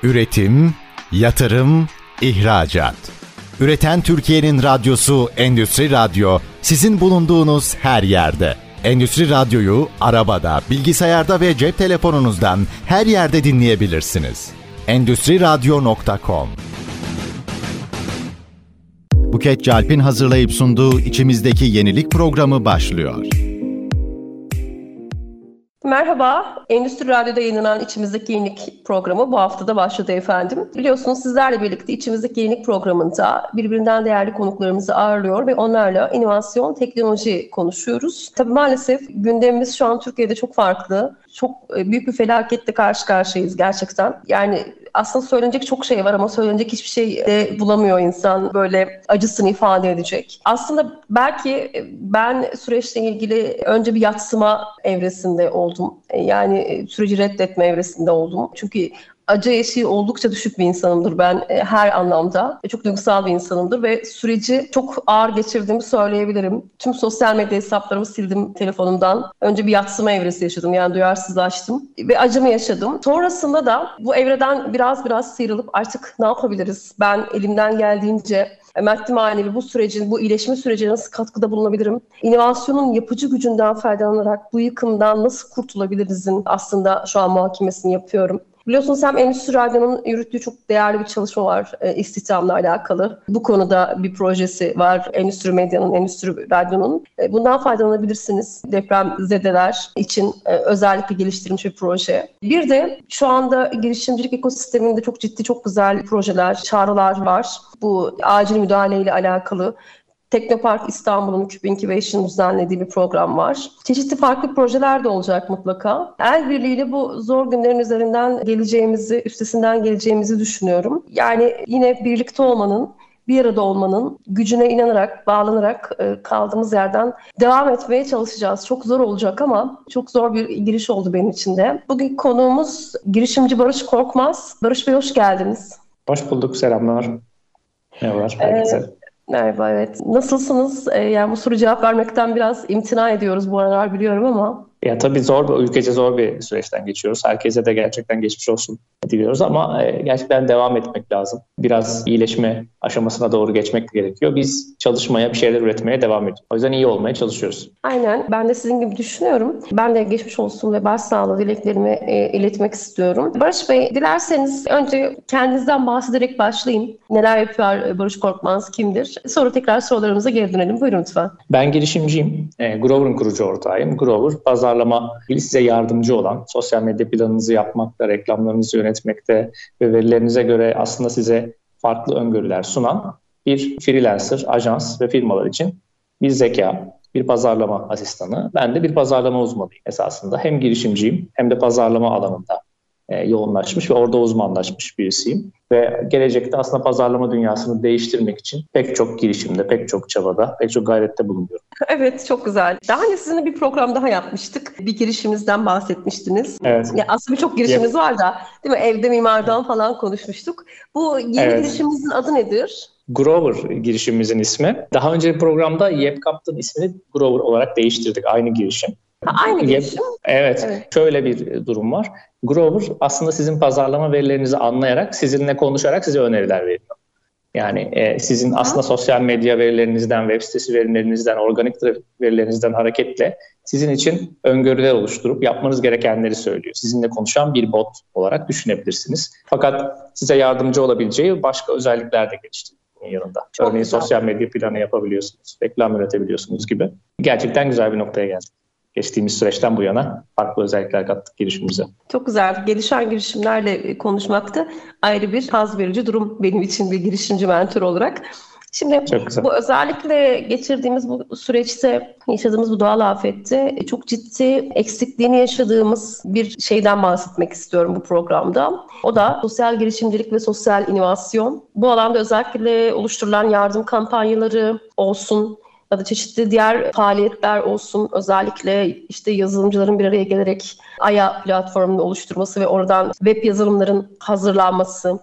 Üretim, yatırım, ihracat. Üreten Türkiye'nin radyosu Endüstri Radyo, sizin bulunduğunuz her yerde. Endüstri Radyo'yu arabada, bilgisayarda ve cep telefonunuzdan her yerde dinleyebilirsiniz. Endüstriradyo.com. Buket Calp'in hazırlayıp sunduğu İçimizdeki Yenilik programı başlıyor. Merhaba, Endüstri Radyo'da yayınlanan İçimizdeki Yenilik programı bu hafta da başladı efendim. Biliyorsunuz sizlerle birlikte İçimizdeki Yenilik programında birbirinden değerli konuklarımızı ağırlıyor ve onlarla inovasyon, teknoloji konuşuyoruz. Tabii maalesef gündemimiz şu an Türkiye'de çok farklı. Çok büyük bir felaketle karşı karşıyayız gerçekten. Yani aslında söylenecek çok şey var ama söylenecek hiçbir şey de bulamıyor insan böyle acısını ifade edecek. Aslında belki ben süreçle ilgili önce bir yadsıma evresinde oldum. Yani süreci reddetme evresinde oldum. Çünkü acı eşiği oldukça düşük bir insanımdır ben her anlamda. Çok duygusal bir insanımdır ve süreci çok ağır geçirdiğimi söyleyebilirim. Tüm sosyal medya hesaplarımı sildim telefonumdan. Önce bir yadsıma evresi yaşadım, yani duyarsızlaştım ve acımı yaşadım. Sonrasında da bu evreden biraz sıyrılıp artık ne yapabiliriz? Ben elimden geldiğince maddi manevi bu sürecin, bu iyileşme sürecine nasıl katkıda bulunabilirim? İnovasyonun yapıcı gücünden faydalanarak bu yıkımdan nasıl kurtulabiliriz'in aslında şu an muhakemesini yapıyorum. Biliyorsunuz hem Endüstri Radyo'nun yürüttüğü çok değerli bir çalışma var istihdamla alakalı. Bu konuda bir projesi var Endüstri Medya'nın, Endüstri Radyo'nun. Bundan faydalanabilirsiniz. Depremzedeler için özellikle geliştirilmiş bir proje. Bir de şu anda girişimcilik ekosisteminde çok ciddi, çok güzel projeler, çağrılar var. Bu acil müdahaleyle alakalı. Teknopark İstanbul'un Cube Incubation düzenlediği bir program var. Çeşitli farklı projeler de olacak mutlaka. El birliğiyle bu zor günlerin üstesinden geleceğimizi düşünüyorum. Yani yine birlikte olmanın, bir arada olmanın gücüne inanarak, bağlanarak kaldığımız yerden devam etmeye çalışacağız. Çok zor olacak ama çok zor bir giriş oldu benim için de. Bugün konuğumuz girişimci Barış Korkmaz. Barış Bey, hoş geldiniz. Hoş bulduk, selamlar. Merhabalar herkese. Merhaba, evet. Nasılsınız? Yani bu soru cevap vermekten biraz imtina ediyoruz bu aralar, biliyorum ama. Ya tabii ülkece zor bir süreçten geçiyoruz. Herkese de gerçekten geçmiş olsun diliyoruz ama gerçekten devam etmek lazım. Biraz iyileşme aşamasına doğru geçmek gerekiyor. Biz çalışmaya, bir şeyler üretmeye devam ediyoruz. O yüzden iyi olmaya çalışıyoruz. Aynen. Ben de sizin gibi düşünüyorum. Ben de geçmiş olsun ve başsağlığı dileklerimi iletmek istiyorum. Barış Bey, dilerseniz önce kendinizden bahsederek başlayayım. Neler yapıyor Barış Korkmaz, kimdir? Sonra tekrar sorularımıza geri dönelim. Buyurun lütfen. Ben girişimciyim. Grover'ın kurucu ortağıyım. Grover, pazarlama size yardımcı olan, sosyal medya planınızı yapmakta, reklamlarınızı yönetmekte ve verilerinize göre aslında size farklı öngörüler sunan bir freelancer, ajans ve firmalar için bir zeka, bir pazarlama asistanı. Ben de bir pazarlama uzmanıyım esasında. Hem girişimciyim hem de pazarlama alanında yoğunlaşmış ve orada uzmanlaşmış birisiyim. Ve gelecekte aslında pazarlama dünyasını değiştirmek için pek çok girişimde, pek çok çabada, pek çok gayrette bulunuyorum. Evet, çok güzel. Daha önce sizinle bir program daha yapmıştık. Bir girişimizden bahsetmiştiniz. Evet. Ya aslında birçok girişimimiz var da, değil mi? Evde mimardan falan konuşmuştuk. Bu yeni girişimimizin adı nedir? Grover girişimimizin ismi. Daha önce bir programda YepCap'ın ismini Grover olarak değiştirdik. Aynı girişim. Aynı girişim. Evet. Şöyle bir durum var. Grover aslında sizin pazarlama verilerinizi anlayarak, sizinle konuşarak size öneriler veriyor. Yani sizin aslında sosyal medya verilerinizden, web sitesi verilerinizden, organik trafik verilerinizden hareketle sizin için öngörüler oluşturup yapmanız gerekenleri söylüyor. Sizinle konuşan bir bot olarak düşünebilirsiniz. Fakat size yardımcı olabileceği başka özellikler de geliştirdiğinin yanında. Örneğin sosyal medya planı yapabiliyorsunuz, reklam üretebiliyorsunuz gibi. Gerçekten güzel bir noktaya geldik. Geçtiğimiz süreçten bu yana farklı özellikler kattık girişimimize. Çok güzel. Gelişen girişimlerle konuşmak da ayrı bir haz verici durum benim için bir girişimci mentor olarak. Şimdi bu özellikle geçirdiğimiz bu süreçte, yaşadığımız bu doğal afette çok ciddi eksikliğini yaşadığımız bir şeyden bahsetmek istiyorum bu programda. O da sosyal girişimcilik ve sosyal inovasyon. Bu alanda özellikle oluşturulan yardım kampanyaları olsun, ya da çeşitli diğer faaliyetler olsun. Özellikle işte yazılımcıların bir araya gelerek AYA platformunu oluşturması ve oradan web yazılımların hazırlanması,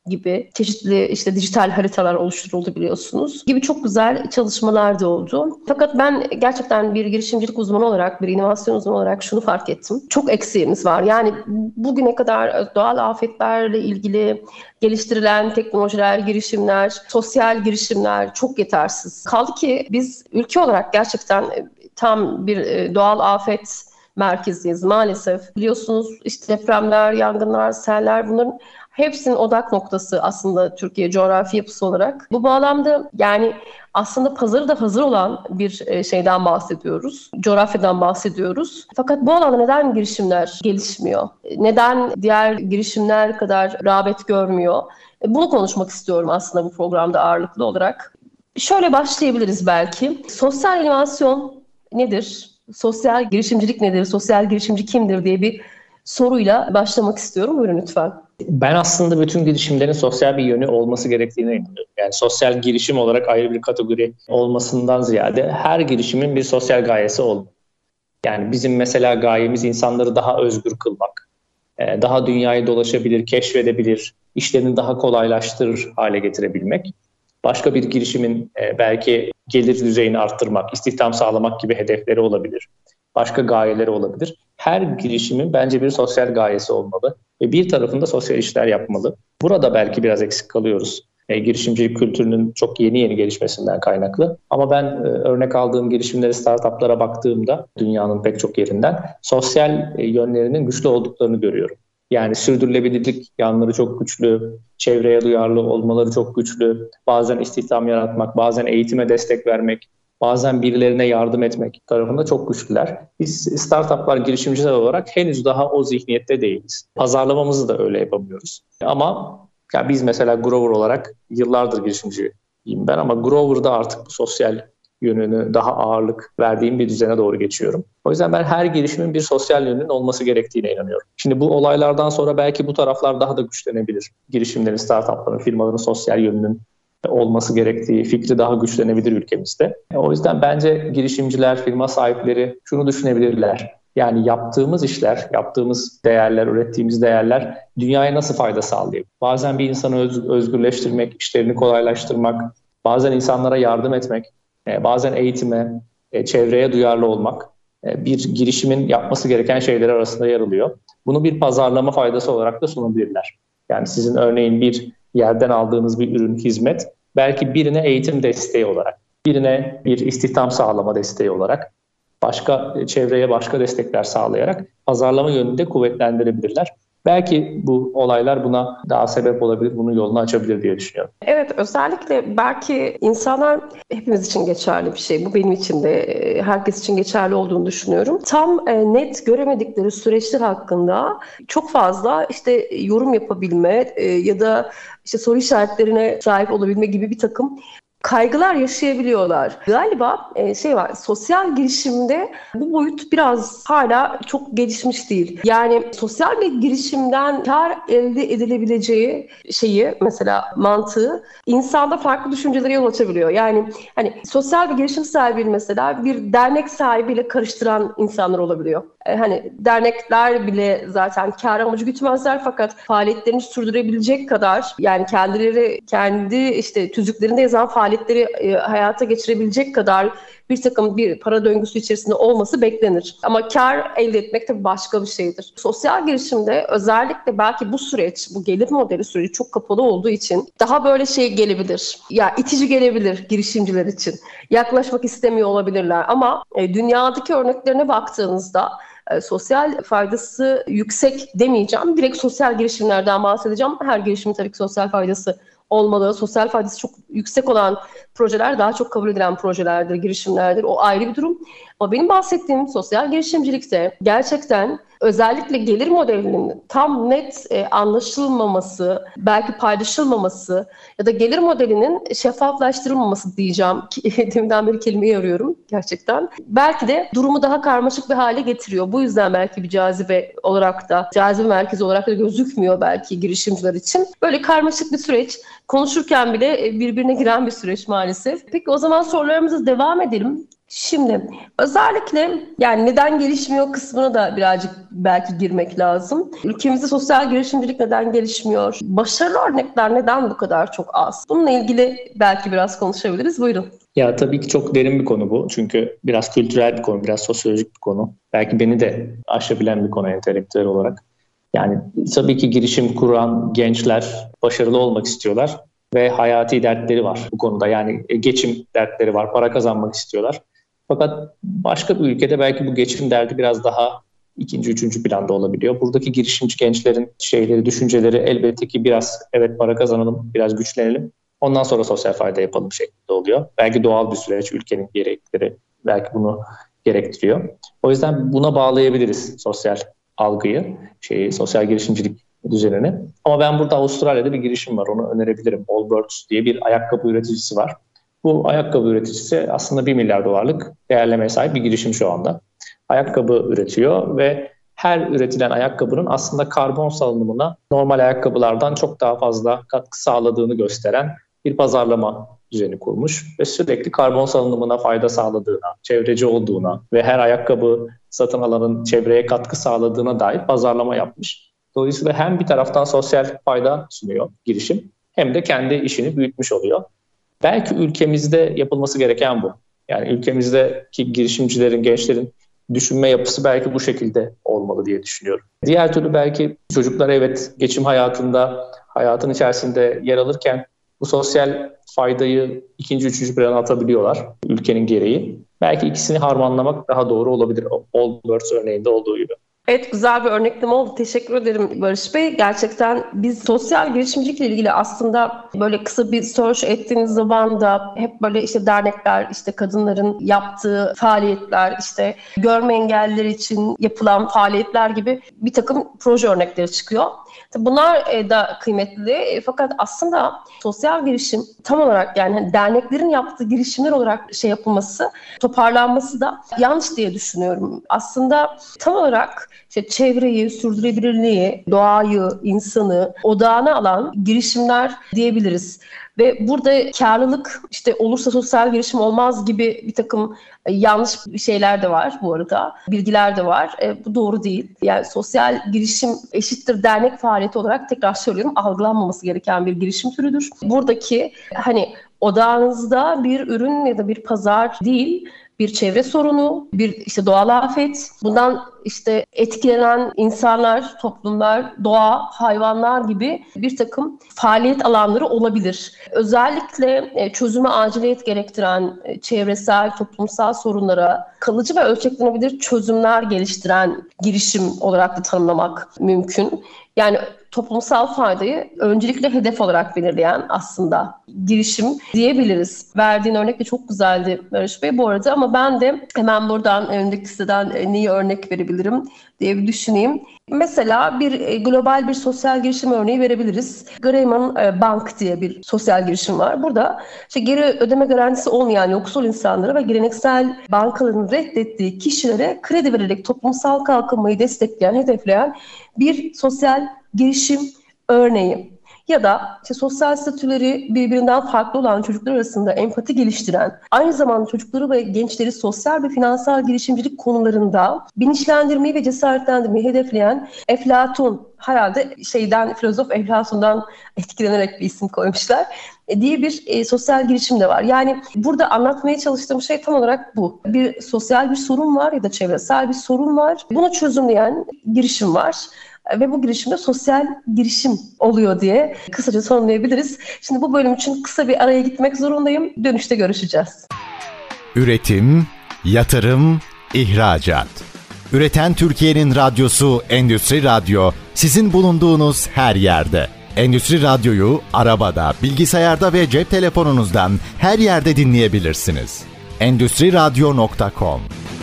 gibi çeşitli işte dijital haritalar oluşturuldu biliyorsunuz gibi çok güzel çalışmalar da oldu. Fakat ben gerçekten bir girişimcilik uzmanı olarak, bir inovasyon uzmanı olarak şunu fark ettim. Çok eksiğimiz var. Yani bugüne kadar doğal afetlerle ilgili geliştirilen teknolojiler, girişimler, sosyal girişimler çok yetersiz. Kaldı ki biz ülke olarak gerçekten tam bir doğal afet merkeziyiz maalesef. Biliyorsunuz işte depremler, yangınlar, seller bunların hepsinin odak noktası aslında Türkiye coğrafi yapısı olarak. Bu bağlamda yani aslında pazarı da hazır olan bir şeyden bahsediyoruz. Coğrafyadan bahsediyoruz. Fakat bu alanda neden girişimler gelişmiyor? Neden diğer girişimler kadar rağbet görmüyor? Bunu konuşmak istiyorum aslında bu programda ağırlıklı olarak. Şöyle başlayabiliriz belki. Sosyal inovasyon nedir? Sosyal girişimcilik nedir? Sosyal girişimci kimdir diye bir soruyla başlamak istiyorum. Buyurun lütfen. Ben aslında bütün girişimlerin sosyal bir yönü olması gerektiğine inanıyorum. Yani sosyal girişim olarak ayrı bir kategori olmasından ziyade her girişimin bir sosyal gayesi olmalı. Yani bizim mesela gayemiz insanları daha özgür kılmak, daha dünyayı dolaşabilir, keşfedebilir, işlerini daha kolaylaştırır hale getirebilmek. Başka bir girişimin belki gelir düzeyini arttırmak, istihdam sağlamak gibi hedefleri olabilir. Başka gayeleri olabilir. Her girişimin bence bir sosyal gayesi olmalı ve bir tarafında sosyal işler yapmalı. Burada belki biraz eksik kalıyoruz. Girişimcilik kültürünün çok yeni gelişmesinden kaynaklı. Ama ben örnek aldığım girişimleri, startuplara baktığımda dünyanın pek çok yerinden sosyal yönlerinin güçlü olduklarını görüyorum. Yani sürdürülebilirlik yanları çok güçlü, çevreye duyarlı olmaları çok güçlü, bazen istihdam yaratmak, bazen eğitime destek vermek, bazen birilerine yardım etmek tarafında çok güçlüler. Biz startuplar, girişimciler olarak henüz daha o zihniyette değiliz. Pazarlamamızı da öyle yapamıyoruz. Ama ya biz mesela Grover olarak yıllardır girişimciyim ben ama Grover'da artık bu sosyal yönünü daha ağırlık verdiğim bir düzene doğru geçiyorum. O yüzden ben her girişimin bir sosyal yönünün olması gerektiğine inanıyorum. Şimdi bu olaylardan sonra belki bu taraflar daha da güçlenebilir. Girişimlerin, startupların, firmaların sosyal yönünün olması gerektiği fikri daha güçlenebilir ülkemizde. O yüzden bence girişimciler, firma sahipleri şunu düşünebilirler. Yani yaptığımız işler, yaptığımız değerler, ürettiğimiz değerler dünyaya nasıl fayda sağlayabilir? Bazen bir insanı özgürleştirmek, işlerini kolaylaştırmak, bazen insanlara yardım etmek, bazen eğitime, çevreye duyarlı olmak bir girişimin yapması gereken şeyler arasında yer alıyor. Bunu bir pazarlama faydası olarak da sunabilirler. Yani sizin örneğin bir yerden aldığınız bir ürün, hizmet belki birine eğitim desteği olarak, birine bir istihdam sağlama desteği olarak, başka çevreye başka destekler sağlayarak pazarlama yönünde kuvvetlendirebilirler. Belki bu olaylar buna daha sebep olabilir, bunun yolunu açabilir diye düşünüyorum. Evet, özellikle belki insanlar hepimiz için geçerli bir şey. Bu benim için de herkes için geçerli olduğunu düşünüyorum. Tam net göremedikleri süreçler hakkında çok fazla işte yorum yapabilme ya da işte soru işaretlerine sahip olabilme gibi bir takım kaygılar yaşayabiliyorlar. Galiba var, sosyal girişimde bu boyut biraz hala çok gelişmiş değil. Yani sosyal bir girişimden kar elde edilebileceği mesela mantığı insanda farklı düşüncelere yol açabiliyor. Yani hani sosyal bir girişim sahibi mesela bir dernek sahibiyle karıştıran insanlar olabiliyor. Hani dernekler bile zaten kar amacı gütmezler fakat faaliyetlerini sürdürebilecek kadar yani kendi işte tüzüklerinde yazan faaliyetleri hayata geçirebilecek kadar bir para döngüsü içerisinde olması beklenir. Ama kar elde etmek tabii başka bir şeydir. Sosyal girişimde özellikle belki bu gelir modeli süreci çok kapalı olduğu için daha böyle gelebilir. Ya itici gelebilir girişimciler için. Yaklaşmak istemiyor olabilirler ama dünyadaki örneklerine baktığınızda sosyal faydası yüksek demeyeceğim. Direkt sosyal girişimlerden bahsedeceğim. Her girişimin tabii ki sosyal faydası olmalı. Sosyal faydası çok yüksek olan projeler daha çok kabul edilen projelerdir, girişimlerdir. O ayrı bir durum. Ama benim bahsettiğim sosyal girişimcilikte gerçekten özellikle gelir modelinin tam net anlaşılmaması, belki paylaşılmaması ya da gelir modelinin şeffaflaştırılmaması diyeceğim. Deminden beri kelimeyi arıyorum gerçekten. Belki de durumu daha karmaşık bir hale getiriyor. Bu yüzden belki bir cazibe merkezi olarak da gözükmüyor belki girişimciler için. Böyle karmaşık bir süreç. Konuşurken bile birbirine giren bir süreç maalesef. Peki o zaman sorularımıza devam edelim. Şimdi özellikle yani neden gelişmiyor kısmına da birazcık belki girmek lazım. Ülkemizde sosyal girişimcilik neden gelişmiyor? Başarılı örnekler neden bu kadar çok az? Bununla ilgili belki biraz konuşabiliriz. Buyurun. Ya tabii ki çok derin bir konu bu. Çünkü biraz kültürel bir konu, biraz sosyolojik bir konu. Belki beni de aşabilen bir konu entelektüel olarak. Yani tabii ki girişim kuran gençler başarılı olmak istiyorlar ve hayati dertleri var bu konuda. Yani geçim dertleri var, para kazanmak istiyorlar. Fakat başka bir ülkede belki bu geçim derdi biraz daha ikinci, üçüncü planda olabiliyor. Buradaki girişimci gençlerin düşünceleri elbette ki biraz evet para kazanalım, biraz güçlenelim. Ondan sonra sosyal fayda yapalım şeklinde oluyor. Belki doğal bir süreç, ülkenin gerekleri belki bunu gerektiriyor. O yüzden buna bağlayabiliriz sosyal algıyı, sosyal girişimcilik düzenini. Ama ben burada Avustralya'da bir girişim var, onu önerebilirim. Allbirds diye bir ayakkabı üreticisi var. Bu ayakkabı üreticisi aslında $1 milyar değerlemeye sahip bir girişim şu anda. Ayakkabı üretiyor ve her üretilen ayakkabının aslında karbon salınımına normal ayakkabılardan çok daha fazla katkı sağladığını gösteren bir pazarlama düzeni kurmuş. Ve sürekli karbon salınımına fayda sağladığına, çevreci olduğuna ve her ayakkabı satın alanın çevreye katkı sağladığına dair pazarlama yapmış. Dolayısıyla hem bir taraftan sosyal fayda sunuyor girişim hem de kendi işini büyütmüş oluyor. Belki ülkemizde yapılması gereken bu. Yani ülkemizdeki girişimcilerin, gençlerin düşünme yapısı belki bu şekilde olmalı diye düşünüyorum. Diğer türlü belki çocuklar evet geçim hayatın içerisinde yer alırken bu sosyal faydayı ikinci, üçüncü plana atabiliyorlar ülkenin gereği. Belki ikisini harmanlamak daha doğru olabilir. Allbirds örneğinde olduğu gibi. Evet, güzel bir örnekleme oldu. Teşekkür ederim Barış Bey. Gerçekten biz sosyal girişimcilikle ilgili aslında böyle kısa bir search ettiğiniz zaman da hep böyle işte dernekler, işte kadınların yaptığı faaliyetler, işte görme engelliler için yapılan faaliyetler gibi bir takım proje örnekleri çıkıyor. Bunlar da kıymetli fakat aslında sosyal girişim tam olarak yani derneklerin yaptığı girişimler olarak yapılması, toparlanması da yanlış diye düşünüyorum. Aslında tam olarak işte çevreyi, sürdürülebilirliği, doğayı, insanı odağına alan girişimler diyebiliriz. Ve burada karlılık olursa sosyal girişim olmaz gibi bir takım yanlış şeyler de var bu arada. Bilgiler de var. Bu doğru değil. Yani sosyal girişim eşittir dernek faaliyeti olarak tekrar söylüyorum algılanmaması gereken bir girişim türüdür. Buradaki odağınızda bir ürün ya da bir pazar değil, bir çevre sorunu, bir doğal afet, bundan etkilenen insanlar, toplumlar, doğa, hayvanlar gibi bir takım faaliyet alanları olabilir. Özellikle çözüme aciliyet gerektiren çevresel, toplumsal sorunlara kalıcı ve ölçeklenebilir çözümler geliştiren girişim olarak da tanımlamak mümkün. Yani toplumsal faydayı öncelikle hedef olarak belirleyen aslında girişim diyebiliriz. Verdiğin örnek de çok güzeldi Barış Bey bu arada ama ben de hemen buradan öndeki siteden neyi örnek verebilirim diye bir düşüneyim. Mesela bir global bir sosyal girişim örneği verebiliriz. Greyman Bank diye bir sosyal girişim var. Burada geri ödeme garantisi olmayan yoksul insanlara ve geleneksel bankaların reddettiği kişilere kredi vererek toplumsal kalkınmayı destekleyen, hedefleyen bir sosyal girişim örneği. Ya da sosyal statüleri birbirinden farklı olan çocuklar arasında empati geliştiren, aynı zamanda çocukları ve gençleri sosyal ve finansal girişimcilik konularında bilinçlendirmeyi ve cesaretlendirmeyi hedefleyen Eflatun, herhalde filozof Eflatun'dan etkilenerek bir isim koymuşlar diye bir sosyal girişim de var. Yani burada anlatmaya çalıştığım şey tam olarak bu. Bir sosyal bir sorun var ya da çevresel bir sorun var. Bunu çözümleyen girişim var. Ve bu girişimde sosyal girişim oluyor diye kısaca tanımlayabiliriz. Şimdi bu bölüm için kısa bir araya gitmek zorundayım. Dönüşte görüşeceğiz. Üretim, yatırım, ihracat. Üreten Türkiye'nin radyosu Endüstri Radyo sizin bulunduğunuz her yerde. Endüstri Radyo'yu arabada, bilgisayarda ve cep telefonunuzdan her yerde dinleyebilirsiniz. Endüstriradyo.com.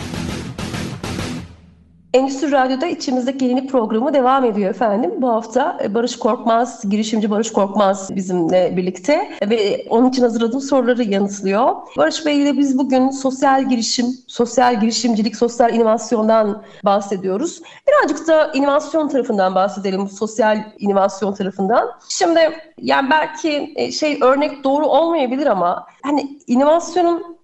Endüstri Radyo'da içimizdeki yeni programı devam ediyor efendim. Bu hafta Barış Korkmaz, girişimci Barış Korkmaz bizimle birlikte ve onun için hazırladığım soruları yanıtlıyor. Barış Bey ile biz bugün sosyal girişim, sosyal girişimcilik, sosyal inovasyondan bahsediyoruz. Birazcık da inovasyon tarafından bahsedelim, sosyal inovasyon tarafından. Şimdi yani belki örnek doğru olmayabilir ama inovasyonun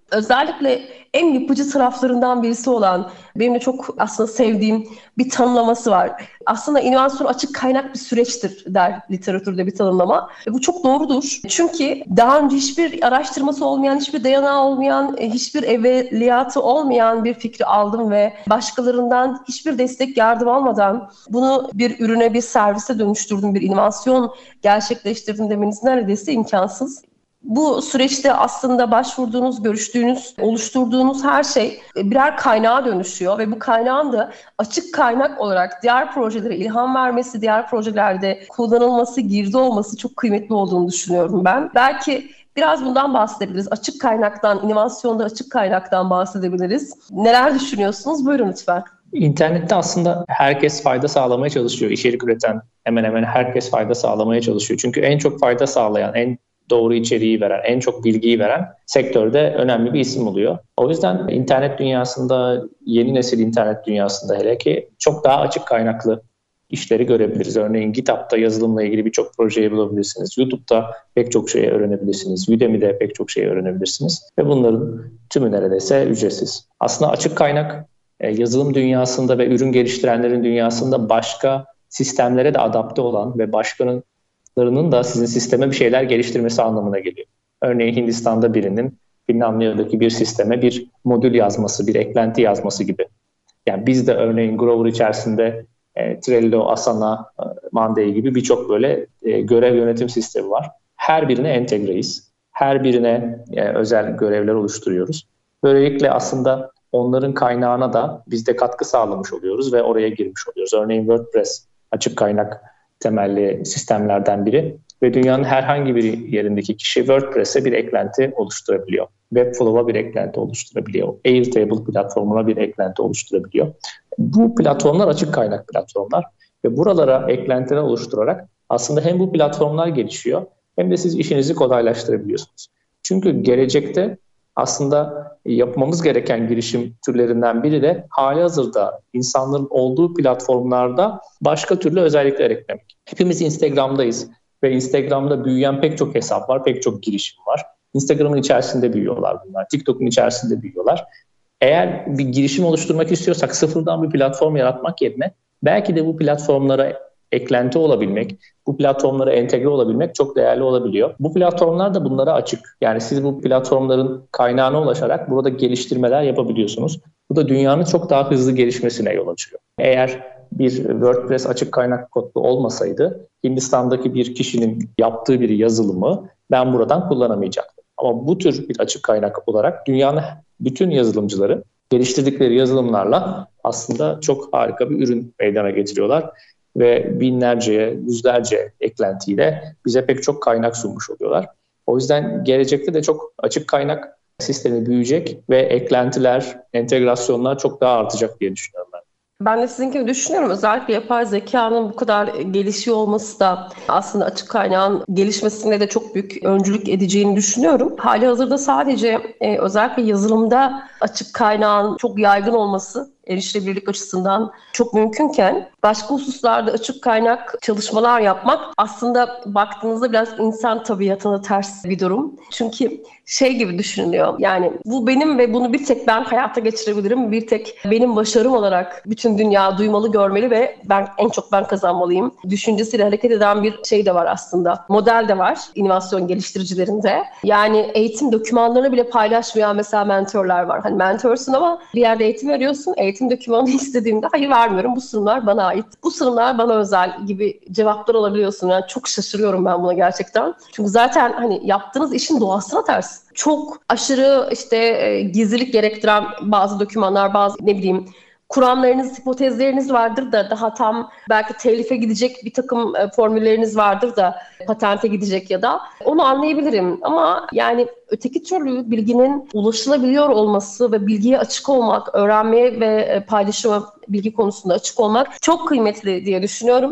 Özellikle en yapıcı taraflarından birisi olan, benim de çok aslında sevdiğim bir tanımlaması var. Aslında inovasyon açık kaynak bir süreçtir der literatürde bir tanımlama. Bu çok doğrudur. Çünkü daha önce hiçbir araştırması olmayan, hiçbir dayanağı olmayan, hiçbir evveliyatı olmayan bir fikri aldım ve başkalarından hiçbir destek, yardım almadan bunu bir ürüne, bir servise dönüştürdüm, bir inovasyon gerçekleştirdim demeniz neredeyse imkansız. Bu süreçte aslında başvurduğunuz, görüştüğünüz, oluşturduğunuz her şey birer kaynağa dönüşüyor ve bu kaynağın da açık kaynak olarak diğer projelere ilham vermesi, diğer projelerde kullanılması, girdi olması çok kıymetli olduğunu düşünüyorum ben. Belki biraz bundan bahsedebiliriz. Açık kaynaktan, inovasyonda açık kaynaktan bahsedebiliriz. Neler düşünüyorsunuz? Buyurun lütfen. İnternette aslında herkes fayda sağlamaya çalışıyor. İçerik üreten hemen hemen herkes fayda sağlamaya çalışıyor. Çünkü en çok fayda sağlayan, en doğru içeriği veren, en çok bilgiyi veren sektörde önemli bir isim oluyor. O yüzden internet dünyasında, yeni nesil internet dünyasında hele ki çok daha açık kaynaklı işleri görebiliriz. Örneğin GitHub'da yazılımla ilgili birçok projeyi bulabilirsiniz. YouTube'da pek çok şeyi öğrenebilirsiniz. Udemy'de pek çok şeyi öğrenebilirsiniz. Ve bunların tümü neredeyse ücretsiz. Aslında açık kaynak yazılım dünyasında ve ürün geliştirenlerin dünyasında başka sistemlere de adapte olan ve başkalarının da sizin sisteme bir şeyler geliştirmesi anlamına geliyor. Örneğin Hindistan'da birinin Finlandiya'daki bir sisteme bir modül yazması, bir eklenti yazması gibi. Yani biz de örneğin Grover içerisinde Trello, Asana, Monday gibi birçok böyle görev yönetim sistemi var. Her birine entegreyiz. Her birine özel görevler oluşturuyoruz. Böylelikle aslında onların kaynağına da biz de katkı sağlamış oluyoruz ve oraya girmiş oluyoruz. Örneğin WordPress açık kaynak temelli sistemlerden biri ve dünyanın herhangi bir yerindeki kişi WordPress'e bir eklenti oluşturabiliyor. Webflow'a bir eklenti oluşturabiliyor. Airtable platformuna bir eklenti oluşturabiliyor. Bu platformlar açık kaynak platformlar ve buralara eklentiler oluşturarak aslında hem bu platformlar gelişiyor hem de siz işinizi kolaylaştırabiliyorsunuz. Çünkü gelecekte aslında yapmamız gereken girişim türlerinden biri de halihazırda insanların olduğu platformlarda başka türlü özellikler eklemek. Hepimiz Instagram'dayız ve Instagram'da büyüyen pek çok hesap var, pek çok girişim var. Instagram'ın içerisinde büyüyorlar bunlar, TikTok'un içerisinde büyüyorlar. Eğer bir girişim oluşturmak istiyorsak sıfırdan bir platform yaratmak yerine belki de bu platformlara eklenti olabilmek, bu platformlara entegre olabilmek çok değerli olabiliyor. Bu platformlar da bunlara açık. Yani siz bu platformların kaynağına ulaşarak burada geliştirmeler yapabiliyorsunuz. Bu da dünyanın çok daha hızlı gelişmesine yol açıyor. Eğer bir WordPress açık kaynak kodlu olmasaydı Hindistan'daki bir kişinin yaptığı bir yazılımı ben buradan kullanamayacaktım. Ama bu tür bir açık kaynak olarak dünyanın bütün yazılımcıları geliştirdikleri yazılımlarla aslında çok harika bir ürün meydana getiriyorlar. Ve binlerce, yüzlerce eklentiyle bize pek çok kaynak sunmuş oluyorlar. O yüzden gelecekte de çok açık kaynak sistemi büyüyecek ve eklentiler, entegrasyonlar çok daha artacak diye düşünüyorum ben. Ben de sizin gibi düşünüyorum. Özellikle yapay zekanın bu kadar gelişiyor olması da aslında açık kaynağın gelişmesine de çok büyük öncülük edeceğini düşünüyorum. Halihazırda sadece özellikle yazılımda açık kaynağın çok yaygın olması erişilebilirlik açısından çok mümkünken başka hususlarda açık kaynak çalışmalar yapmak aslında baktığınızda biraz insan tabiatına ters bir durum. Çünkü şey gibi düşünülüyor. Yani bu benim ve bunu bir tek ben hayata geçirebilirim. Bir tek benim başarım olarak bütün dünya duymalı, görmeli ve en çok ben kazanmalıyım düşüncesiyle hareket eden bir şey de var aslında. Model de var inovasyon geliştiricilerinde. Yani eğitim dokümanlarını bile paylaşmayan mesela mentorlar var. Hani mentorsun ama bir yerde eğitim veriyorsun. Eğitim dokümanı istediğimde hayır vermiyorum. Bu sunumlar bana ait. Bu sunumlar bana özel gibi cevaplar alabiliyorsun. Yani çok şaşırıyorum ben buna gerçekten. Çünkü zaten hani yaptığınız işin doğasına ters. Çok aşırı gizlilik gerektiren bazı dokümanlar, bazı kuramlarınız, hipotezleriniz vardır da daha tam belki telife gidecek bir takım formülleriniz vardır da patente gidecek ya da onu anlayabilirim. Ama yani öteki türlü bilginin ulaşılabiliyor olması ve bilgiye açık olmak, öğrenmeye ve paylaşıma bilgi konusunda açık olmak çok kıymetli diye düşünüyorum.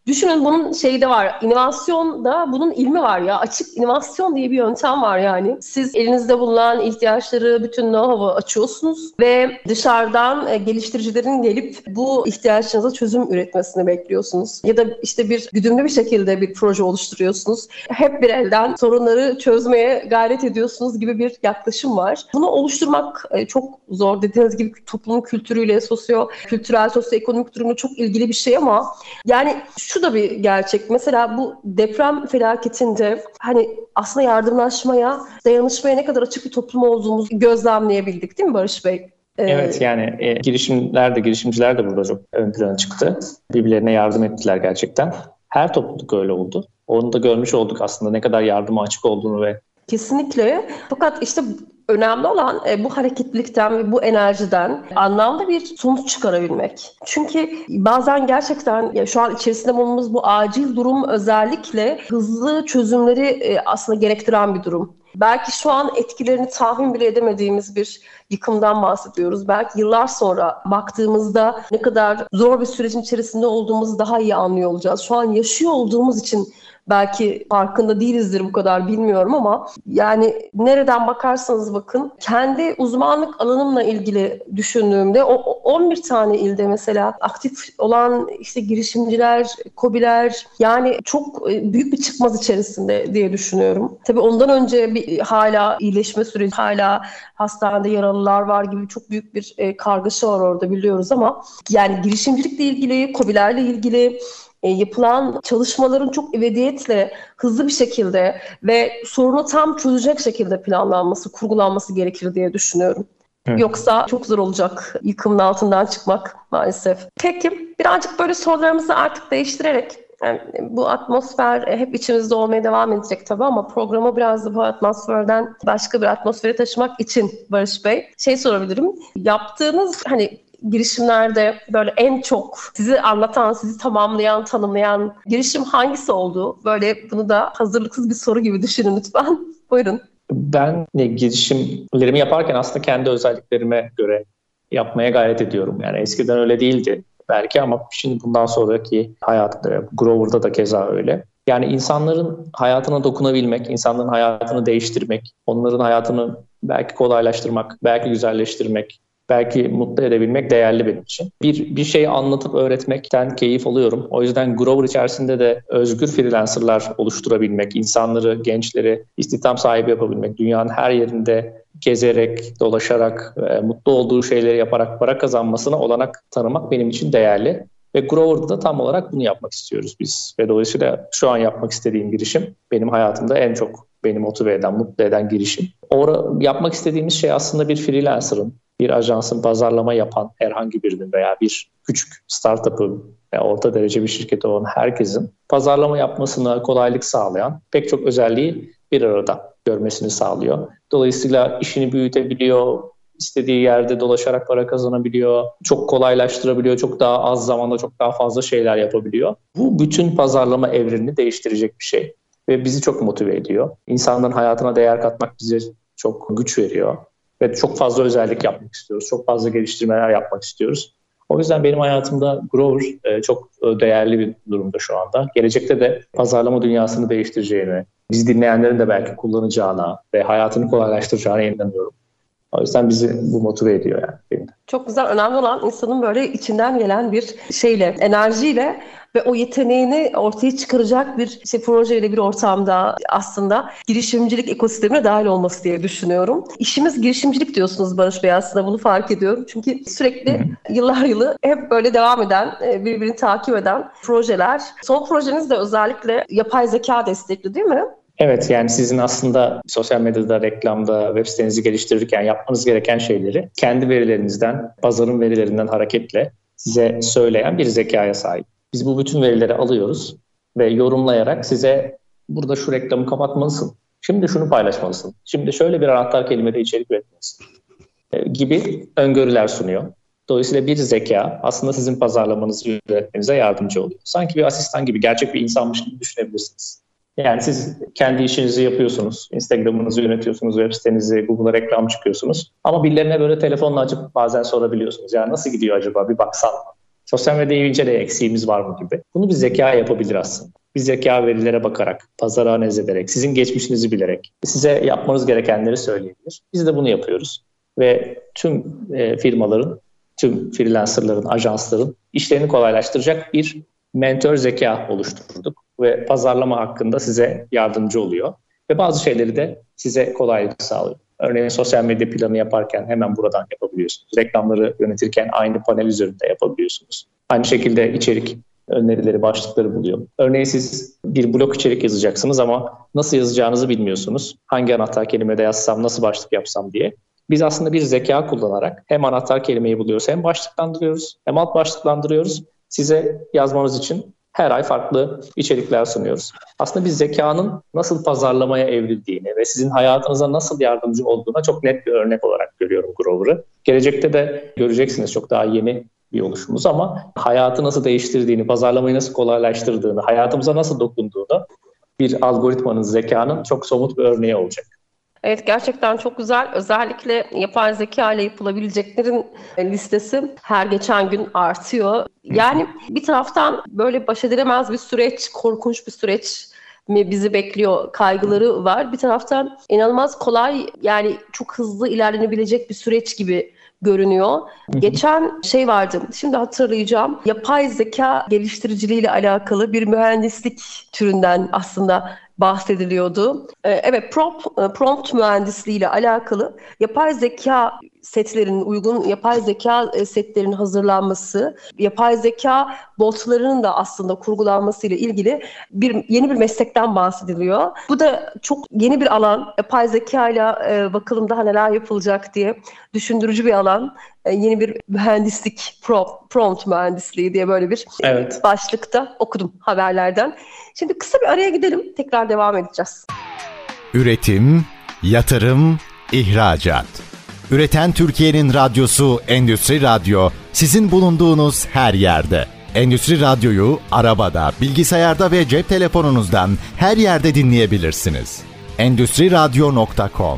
Düşünün bunun şeyi de var. İnovasyonda bunun ilmi var ya. Açık inovasyon diye bir yöntem var yani. Siz elinizde bulunan ihtiyaçları, bütün know-how'ı açıyorsunuz ve dışarıdan geliştiricilerin gelip bu ihtiyaçlarınıza çözüm üretmesini bekliyorsunuz. Ya da işte bir güdümlü bir şekilde bir proje oluşturuyorsunuz. Hep bir elden sorunları çözmeye gayret ediyorsunuz gibi bir yaklaşım var. Bunu oluşturmak çok zor. Dediğiniz gibi toplumun kültürüyle, kültürel, sosyoekonomik durumla çok ilgili bir şey ama yani şu da bir gerçek. Mesela bu deprem felaketinde hani aslında yardımlaşmaya, dayanışmaya ne kadar açık bir toplum olduğumuzu gözlemleyebildik değil mi Barış Bey? Evet, yani girişimciler de burada çok ön plana çıktı. Birbirlerine yardım ettiler gerçekten. Her topluluk öyle oldu. Onu da görmüş olduk aslında ne kadar yardıma açık olduğunu ve Kesinlikle. Fakat işte önemli olan bu hareketlilikten ve bu enerjiden anlamda bir sonuç çıkarabilmek. Çünkü bazen gerçekten şu an içerisinde bulunduğumuz bu acil durum özellikle hızlı çözümleri aslında gerektiren bir durum. Belki şu an etkilerini tahmin bile edemediğimiz bir yıkımdan bahsediyoruz. Belki yıllar sonra baktığımızda ne kadar zor bir sürecin içerisinde olduğumuzu daha iyi anlıyor olacağız. Şu an yaşıyor olduğumuz için belki farkında değilizdir bu kadar bilmiyorum ama yani nereden bakarsanız bakın kendi uzmanlık alanımla ilgili düşündüğümde o 11 tane ilde mesela aktif olan işte girişimciler, KOBİ'ler yani çok büyük bir çıkmaz içerisinde diye düşünüyorum. Tabii ondan önce hala iyileşme süreci, hala hastanede yaralılar var gibi çok büyük bir kargaşa var orada biliyoruz ama yani girişimcilikle ilgili, KOBİ'lerle ilgili yapılan çalışmaların çok ebediyetle hızlı bir şekilde ve sorunu tam çözecek şekilde planlanması, kurgulanması gerekir diye düşünüyorum. Evet. Yoksa çok zor olacak yıkımın altından çıkmak maalesef. Peki birazcık böyle sorularımızı artık değiştirerek yani bu atmosfer hep içimizde olmaya devam edecek tabii ama programı biraz da bu atmosferden başka bir atmosfere taşımak için Barış Bey sorabilirim. Yaptığınız girişimlerde böyle en çok sizi anlatan, sizi tamamlayan, tanımlayan girişim hangisi oldu? Böyle bunu da hazırlıksız bir soru gibi düşünün lütfen. Buyurun. Ben girişimlerimi yaparken aslında kendi özelliklerime göre yapmaya gayret ediyorum. Yani eskiden öyle değildi belki ama şimdi bundan sonraki hayatımda, Grover'da da keza öyle. Yani insanların hayatına dokunabilmek, insanların hayatını değiştirmek, onların hayatını belki kolaylaştırmak, belki güzelleştirmek, belki mutlu edebilmek değerli benim için. Bir şeyi anlatıp öğretmekten keyif alıyorum. O yüzden Grover içerisinde de özgür freelancerlar oluşturabilmek, insanları, gençleri istihdam sahibi yapabilmek, dünyanın her yerinde gezerek, dolaşarak, mutlu olduğu şeyleri yaparak para kazanmasına olanak tanımak benim için değerli. Ve Grover'da da tam olarak bunu yapmak istiyoruz biz. Ve dolayısıyla şu an yapmak istediğim girişim benim hayatımda en çok beni motive eden, mutlu eden girişim. Yapmak istediğimiz şey aslında bir freelancer'ın, bir ajansın pazarlama yapan herhangi birinin veya bir küçük startup'ın veya orta derece bir şirketi olan herkesin pazarlama yapmasına kolaylık sağlayan pek çok özelliği bir arada görmesini sağlıyor. Dolayısıyla işini büyütebiliyor, istediği yerde dolaşarak para kazanabiliyor, çok kolaylaştırabiliyor, çok daha az zamanda çok daha fazla şeyler yapabiliyor. Bu bütün pazarlama evrenini değiştirecek bir şey ve bizi çok motive ediyor. İnsanların hayatına değer katmak bize çok güç veriyor. Ve çok fazla özellik yapmak istiyoruz. Çok fazla geliştirmeler yapmak istiyoruz. O yüzden benim hayatımda Grover çok değerli bir durumda şu anda. Gelecekte de pazarlama dünyasını değiştireceğine, bizi dinleyenlerin de belki kullanacağına ve hayatını kolaylaştıracağına inanıyorum. O yüzden bizi bu motive ediyor yani benim de. Çok güzel. Önemli olan insanın böyle içinden gelen bir enerjiyle ve o yeteneğini ortaya çıkaracak bir projeyle bir ortamda aslında girişimcilik ekosistemine dahil olması diye düşünüyorum. İşimiz girişimcilik diyorsunuz Barış Bey, aslında bunu fark ediyorum. Çünkü sürekli yıllar yılı hep böyle devam eden, birbirini takip eden projeler. Son projeniz de özellikle yapay zeka destekli değil mi? Evet, yani sizin aslında sosyal medyada, reklamda, web sitenizi geliştirirken yapmanız gereken şeyleri kendi verilerinizden, pazarın verilerinden hareketle size söyleyen bir zekaya sahip. Biz bu bütün verileri alıyoruz ve yorumlayarak size burada şu reklamı kapatmalısın, şimdi şunu paylaşmalısın, şimdi şöyle bir anahtar kelimede içerik üretmelisin gibi öngörüler sunuyor. Dolayısıyla bir zeka aslında sizin pazarlamanızı yönetmenize yardımcı oluyor. Sanki bir asistan gibi, gerçek bir insanmış gibi düşünebilirsiniz. Yani siz kendi işinizi yapıyorsunuz, Instagram'ınızı yönetiyorsunuz, web sitenizi, Google'a reklam çıkıyorsunuz. Ama birilerine böyle telefonla açıp bazen sorabiliyorsunuz. Ya nasıl gidiyor acaba, bir baksan mı? Sosyal medyayı inceleye eksiğimiz var mı gibi. Bunu bir zeka yapabilir aslında. Bir zeka verilere bakarak, pazara analiz ederek, sizin geçmişinizi bilerek size yapmanız gerekenleri söyleyebilir. Biz de bunu yapıyoruz. Ve tüm firmaların, tüm freelancerların, ajansların işlerini kolaylaştıracak bir mentor zeka oluşturduk. Ve pazarlama hakkında size yardımcı oluyor. Ve bazı şeyleri de size kolaylık sağlıyor. Örneğin sosyal medya planı yaparken hemen buradan yapabiliyorsunuz. Reklamları yönetirken aynı panel üzerinde yapabiliyorsunuz. Aynı şekilde içerik önerileri, başlıkları buluyor. Örneğin siz bir blog içerik yazacaksınız ama nasıl yazacağınızı bilmiyorsunuz. Hangi anahtar kelimede yazsam, nasıl başlık yapsam diye. Biz aslında bir zeka kullanarak hem anahtar kelimeyi buluyoruz, hem başlıklandırıyoruz, hem alt başlıklandırıyoruz. Size yazmanız için her ay farklı içerikler sunuyoruz. Aslında biz zekanın nasıl pazarlamaya evrildiğini ve sizin hayatınıza nasıl yardımcı olduğuna çok net bir örnek olarak görüyorum Grover'ı. Gelecekte de göreceksiniz, çok daha yeni bir oluşumuz ama hayatı nasıl değiştirdiğini, pazarlamayı nasıl kolaylaştırdığını, hayatımıza nasıl dokunduğunu bir algoritmanın, zekanın çok somut bir örneği olacak. Evet, gerçekten çok güzel. Özellikle yapay zeka ile yapılabileceklerin listesi her geçen gün artıyor. Yani bir taraftan böyle baş edilemez bir süreç, korkunç bir süreç mi bizi bekliyor kaygıları var. Bir taraftan inanılmaz kolay, yani çok hızlı ilerlenebilecek bir süreç gibi görünüyor. Geçen şey vardı, şimdi hatırlayacağım. Yapay zeka geliştiriciliğiyle alakalı bir mühendislik türünden aslında bahsediliyordu. Evet, prompt mühendisliğiyle alakalı yapay zeka setlerinin, uygun yapay zeka setlerinin hazırlanması, yapay zeka botlarının da aslında kurgulanmasıyla ilgili yeni bir meslekten bahsediliyor. Bu da çok yeni bir alan. Yapay zeka ile bakalım daha neler yapılacak diye düşündürücü bir alan. Yeni bir mühendislik, prompt mühendisliği diye böyle bir başlıkta okudum haberlerden. Şimdi kısa bir araya gidelim, tekrar devam edeceğiz. Üretim, yatırım, ihracat. Üreten Türkiye'nin radyosu Endüstri Radyo, sizin bulunduğunuz her yerde. Endüstri Radyo'yu arabada, bilgisayarda ve cep telefonunuzdan her yerde dinleyebilirsiniz. Endüstriradyo.com.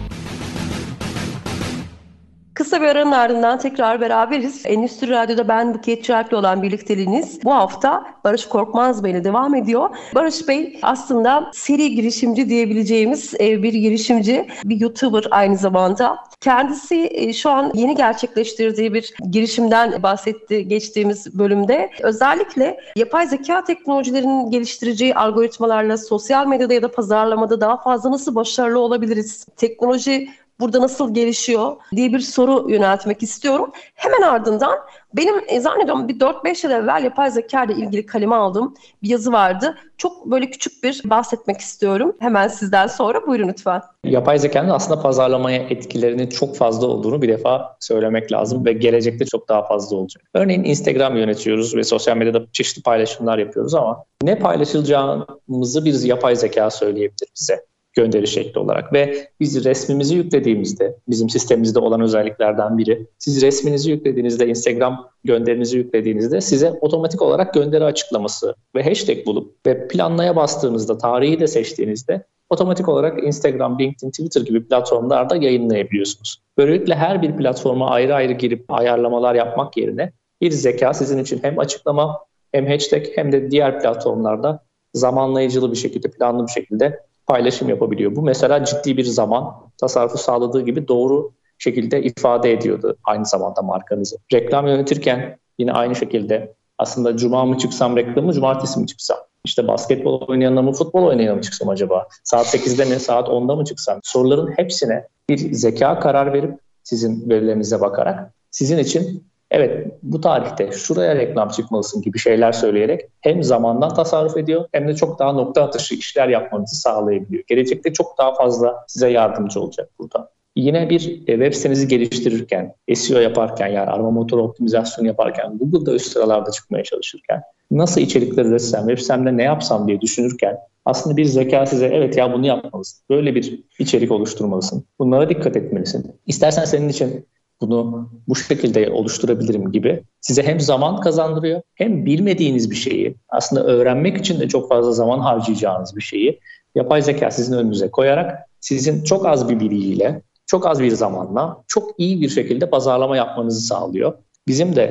Kısa bir aranın ardından tekrar beraberiz. Endüstri Radyo'da ben Buket Çark'la olan birlikteliğiniz bu hafta Barış Korkmaz Bey ile devam ediyor. Barış Bey aslında seri girişimci diyebileceğimiz bir girişimci, bir YouTuber aynı zamanda. Kendisi şu an yeni gerçekleştirdiği bir girişimden bahsetti geçtiğimiz bölümde. Özellikle yapay zeka teknolojilerinin geliştireceği algoritmalarla sosyal medyada ya da pazarlamada daha fazla nasıl başarılı olabiliriz? Teknoloji burada nasıl gelişiyor diye bir soru yöneltmek istiyorum. Hemen ardından benim zannediyorum bir 4-5 yıl evvel yapay zeka ile ilgili kaleme aldığım bir yazı vardı. Çok böyle küçük bir bahsetmek istiyorum. Hemen sizden sonra buyurun lütfen. Yapay zekanın aslında pazarlamaya etkilerinin çok fazla olduğunu bir defa söylemek lazım ve gelecekte çok daha fazla olacak. Örneğin Instagram yönetiyoruz ve sosyal medyada çeşitli paylaşımlar yapıyoruz ama ne paylaşılacağımızı bir yapay zeka söyleyebilir bize gönderi şekli olarak ve biz resmimizi yüklediğimizde, bizim sistemimizde olan özelliklerden biri, siz resminizi yüklediğinizde, Instagram gönderinizi yüklediğinizde size otomatik olarak gönderi açıklaması ve hashtag bulup ve planlaya bastığınızda, tarihi de seçtiğinizde otomatik olarak Instagram, LinkedIn, Twitter gibi platformlarda yayınlayabiliyorsunuz. Böylelikle her bir platforma ayrı ayrı girip ayarlamalar yapmak yerine bir zeka sizin için hem açıklama hem hashtag hem de diğer platformlarda zamanlayıcılı bir şekilde, planlı bir şekilde paylaşım yapabiliyor. Bu mesela ciddi bir zaman tasarrufu sağladığı gibi doğru şekilde ifade ediyordu aynı zamanda markanızı. Reklam yönetirken yine aynı şekilde aslında cuma mı çıksam reklamı, cumartesi mi çıksam? İşte basketbol oynayanla mı, futbol oynayanla mı çıksam acaba? Saat 8'de mi, saat 10'da mı çıksam? Soruların hepsine bir zeka karar verip sizin verilerinize bakarak sizin için evet bu tarihte şuraya reklam çıkmalısın gibi şeyler söyleyerek hem zamandan tasarruf ediyor hem de çok daha nokta atışı işler yapmanızı sağlayabiliyor. Gelecekte çok daha fazla size yardımcı olacak burada. Yine bir web sitenizi geliştirirken, SEO yaparken yani arama motoru optimizasyonu yaparken, Google'da üst sıralarda çıkmaya çalışırken, nasıl içerikler üretsem, web sitemde ne yapsam diye düşünürken aslında bir zeka size evet ya bunu yapmalısın, böyle bir içerik oluşturmalısın, bunlara dikkat etmelisin. İstersen senin için bunu bu şekilde oluşturabilirim gibi size hem zaman kazandırıyor hem bilmediğiniz bir şeyi aslında öğrenmek için de çok fazla zaman harcayacağınız bir şeyi yapay zeka sizin önünüze koyarak sizin çok az bir bilgiyle, çok az bir zamanla çok iyi bir şekilde pazarlama yapmanızı sağlıyor. Bizim de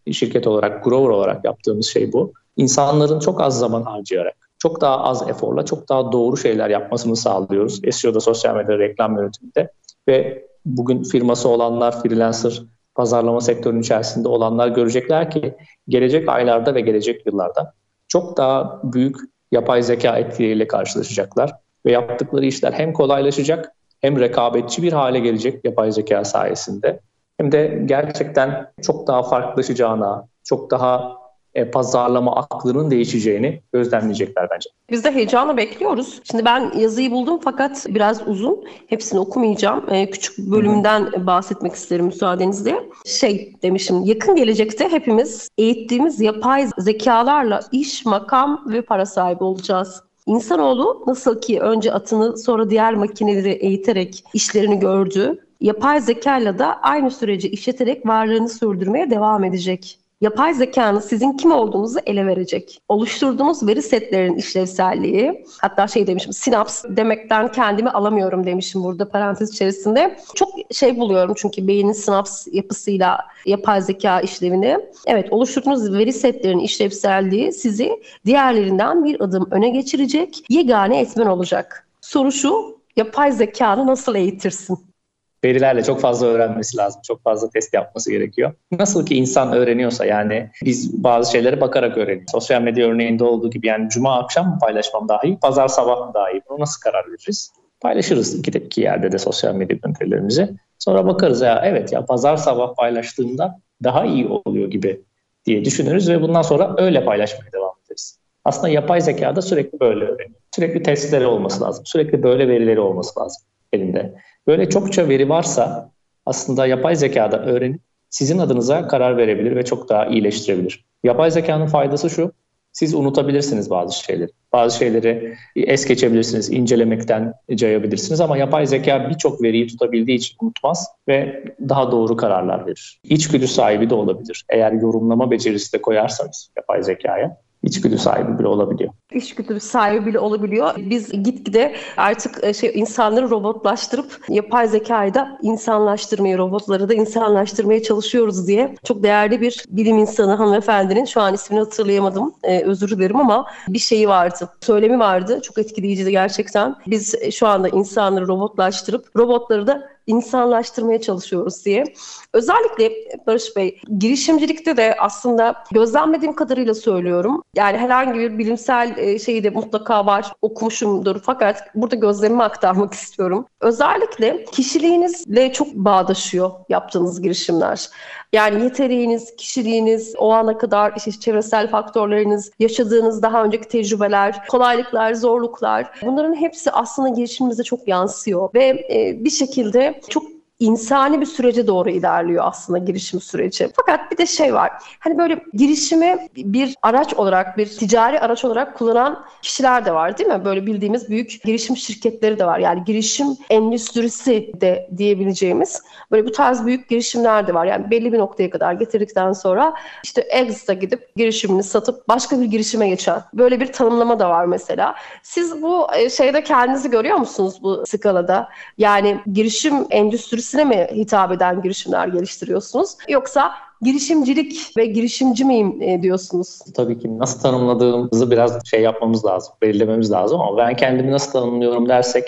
şirket olarak, Grover olarak yaptığımız şey bu. İnsanların çok az zaman harcayarak, çok daha az eforla, çok daha doğru şeyler yapmasını sağlıyoruz. SEO'da, sosyal medya, reklam yönetiminde ve bugün firması olanlar, freelancer, pazarlama sektörünün içerisinde olanlar görecekler ki gelecek aylarda ve gelecek yıllarda çok daha büyük yapay zeka etkileriyle karşılaşacaklar ve yaptıkları işler hem kolaylaşacak hem rekabetçi bir hale gelecek yapay zeka sayesinde. Hem de gerçekten çok daha farklılaşacağına, çok daha pazarlama aklının değişeceğini gözlemleyecekler bence. Biz de heyecanla bekliyoruz. Şimdi ben yazıyı buldum fakat biraz uzun. Hepsini okumayacağım. Küçük bölümden bahsetmek isterim müsaadenizle. Demişim, yakın gelecekte hepimiz eğittiğimiz yapay zekalarla iş, makam ve para sahibi olacağız. İnsanoğlu nasıl ki önce atını sonra diğer makineleri eğiterek işlerini gördü, yapay zekayla da aynı süreci işleterek varlığını sürdürmeye devam edecek. Yapay zekanın sizin kim olduğunuzu ele verecek. Oluşturduğunuz veri setlerinin işlevselliği, hatta demişim, sinaps demekten kendimi alamıyorum demişim burada parantez içerisinde. Çok buluyorum çünkü beynin sinaps yapısıyla yapay zeka işlevini. Evet, oluşturduğunuz veri setlerinin işlevselliği sizi diğerlerinden bir adım öne geçirecek, yegane etmen olacak. Soru şu, yapay zekanı nasıl eğitirsin? Verilerle çok fazla öğrenmesi lazım. Çok fazla test yapması gerekiyor. Nasıl ki insan öğreniyorsa, yani biz bazı şeyleri bakarak öğreniyoruz. Sosyal medya örneğinde olduğu gibi, yani cuma akşam mı paylaşmam daha iyi, pazar sabah mı daha iyi? Bunu nasıl karar veririz? Paylaşırız iki yerde de sosyal medya görüntülerimizi. Sonra bakarız, pazar sabah paylaştığımda daha iyi oluyor gibi diye düşünürüz ve bundan sonra öyle paylaşmaya devam ederiz. Aslında yapay zekada sürekli böyle öğreniyor. Sürekli testleri olması lazım. Sürekli böyle verileri olması lazım elinde. Böyle çokça veri varsa aslında yapay zekada öğrenip sizin adınıza karar verebilir ve çok daha iyileştirebilir. Yapay zekanın faydası şu, siz unutabilirsiniz bazı şeyleri. Bazı şeyleri es geçebilirsiniz, incelemekten cayabilirsiniz ama yapay zeka birçok veriyi tutabildiği için unutmaz ve daha doğru kararlar verir. İçgüdü sahibi de olabilir. Eğer yorumlama becerisi de koyarsanız yapay zekaya, İçgüdü sahibi bile olabiliyor. İçgüdü sahibi bile olabiliyor. Biz gitgide artık insanları robotlaştırıp yapay zekayı da insanlaştırmaya, robotları da insanlaştırmaya çalışıyoruz diye çok değerli bir bilim insanı hanımefendinin, şu an ismini hatırlayamadım, özür dilerim ama bir şeyi vardı, söylemi vardı. Çok etkileyiciydi gerçekten. Biz şu anda insanları robotlaştırıp robotları da insanlaştırmaya çalışıyoruz diye. Özellikle Barış Bey, girişimcilikte de aslında gözlemlediğim kadarıyla söylüyorum. Yani herhangi bir bilimsel şeyi de mutlaka var, okumuşumdur fakat burada gözlemimi aktarmak istiyorum. Özellikle kişiliğinizle çok bağdaşıyor yaptığınız girişimler. Yani yeteneğiniz, kişiliğiniz, o ana kadar çevresel faktörleriniz, yaşadığınız daha önceki tecrübeler, kolaylıklar, zorluklar, bunların hepsi aslında girişimimize çok yansıyor ve bir şekilde çok insani bir sürece doğru ilerliyor aslında girişim süreci. Fakat bir de var, hani böyle girişimi bir araç olarak, bir ticari araç olarak kullanan kişiler de var değil mi? Böyle bildiğimiz büyük girişim şirketleri de var. Yani girişim endüstrisi de diyebileceğimiz böyle bu tarz büyük girişimler de var. Yani belli bir noktaya kadar getirdikten sonra exit'e gidip girişimini satıp başka bir girişime geçen böyle bir tanımlama da var mesela. Siz bu kendinizi görüyor musunuz bu skalada? Yani girişim endüstrisi mi hitap eden girişimler geliştiriyorsunuz? Yoksa girişimcilik ve girişimci miyim diyorsunuz? Tabii ki nasıl tanımladığımızı biraz yapmamız lazım, belirlememiz lazım ama ben kendimi nasıl tanımlıyorum dersek,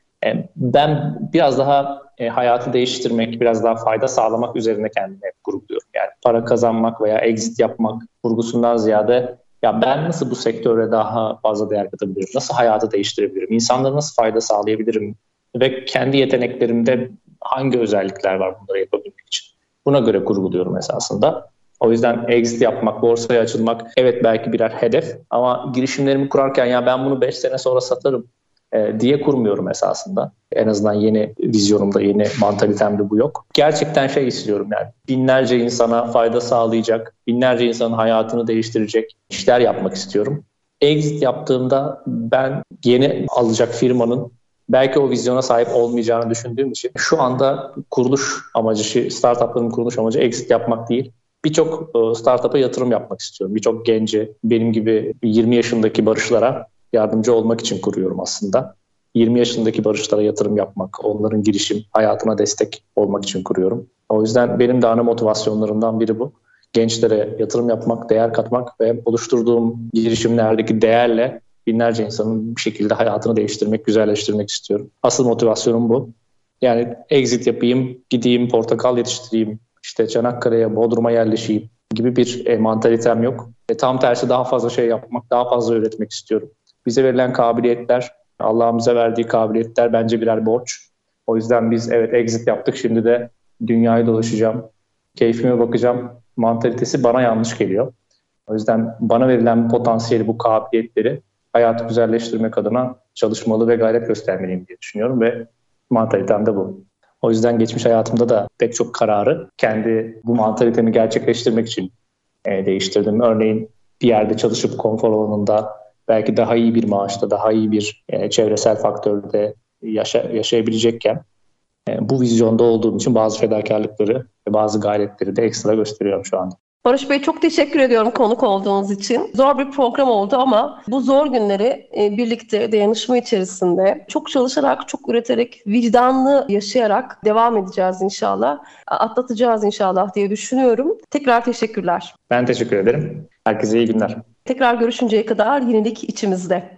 ben biraz daha hayatı değiştirmek, biraz daha fayda sağlamak üzerine kendimi hep kurguluyorum. Yani para kazanmak veya exit yapmak kurgusundan ziyade ben nasıl bu sektöre daha fazla değer katabilirim, nasıl hayatı değiştirebilirim, insanlara nasıl fayda sağlayabilirim ve kendi yeteneklerimde hangi özellikler var bunları yapabilmek için. Buna göre kurguluyorum esasında. O yüzden exit yapmak, borsaya açılmak evet belki birer hedef ama girişimlerimi kurarken ben bunu 5 sene sonra satarım diye kurmuyorum esasında. En azından yeni vizyonumda, yeni mantalitemde bu yok. Gerçekten istiyorum binlerce insana fayda sağlayacak, binlerce insanın hayatını değiştirecek işler yapmak istiyorum. Exit yaptığımda ben yeni alacak firmanın belki o vizyona sahip olmayacağını düşündüğüm için şu anda kuruluş amacı, startupların kuruluş amacı exit yapmak değil. Birçok startup'a yatırım yapmak istiyorum. Birçok genci, benim gibi 20 yaşındaki Barışlara yardımcı olmak için kuruyorum aslında. 20 yaşındaki Barışlara yatırım yapmak, onların girişim hayatına destek olmak için kuruyorum. O yüzden benim de ana motivasyonlarımdan biri bu. gençlere yatırım yapmak, değer katmak ve oluşturduğum girişimlerdeki değerle binlerce insanın bir şekilde hayatını değiştirmek, güzelleştirmek istiyorum. Asıl motivasyonum bu. Yani exit yapayım, gideyim, portakal yetiştireyim, işte Çanakkale'ye, Bodrum'a yerleşeyim gibi bir mantalitem yok. Tam tersi daha fazla şey yapmak, daha fazla üretmek istiyorum. Bize verilen kabiliyetler, Allah'ın bize verdiği kabiliyetler bence birer borç. O yüzden biz evet exit yaptık, şimdi de dünyayı dolaşacağım, keyfime bakacağım mantalitesi bana yanlış geliyor. O yüzden bana verilen bu potansiyeli, bu kabiliyetleri hayatı güzelleştirmek adına çalışmalı ve gayret göstermeliyim diye düşünüyorum ve mantalitem de bu. O yüzden geçmiş hayatımda da pek çok kararı kendi bu mantalitemi gerçekleştirmek için değiştirdim. Örneğin bir yerde çalışıp konfor alanında belki daha iyi bir maaşta, daha iyi bir çevresel faktörde yaşayabilecekken bu vizyonda olduğum için bazı fedakarlıkları ve bazı gayretleri de ekstra gösteriyorum şu anda. Barış Bey, çok teşekkür ediyorum konuk olduğunuz için. Zor bir program oldu ama bu zor günleri birlikte dayanışma içerisinde çok çalışarak, çok üreterek, vicdanlı yaşayarak devam edeceğiz inşallah. Atlatacağız inşallah diye düşünüyorum. Tekrar teşekkürler. Ben teşekkür ederim. Herkese iyi günler. Tekrar görüşünceye kadar yenilik içimizde.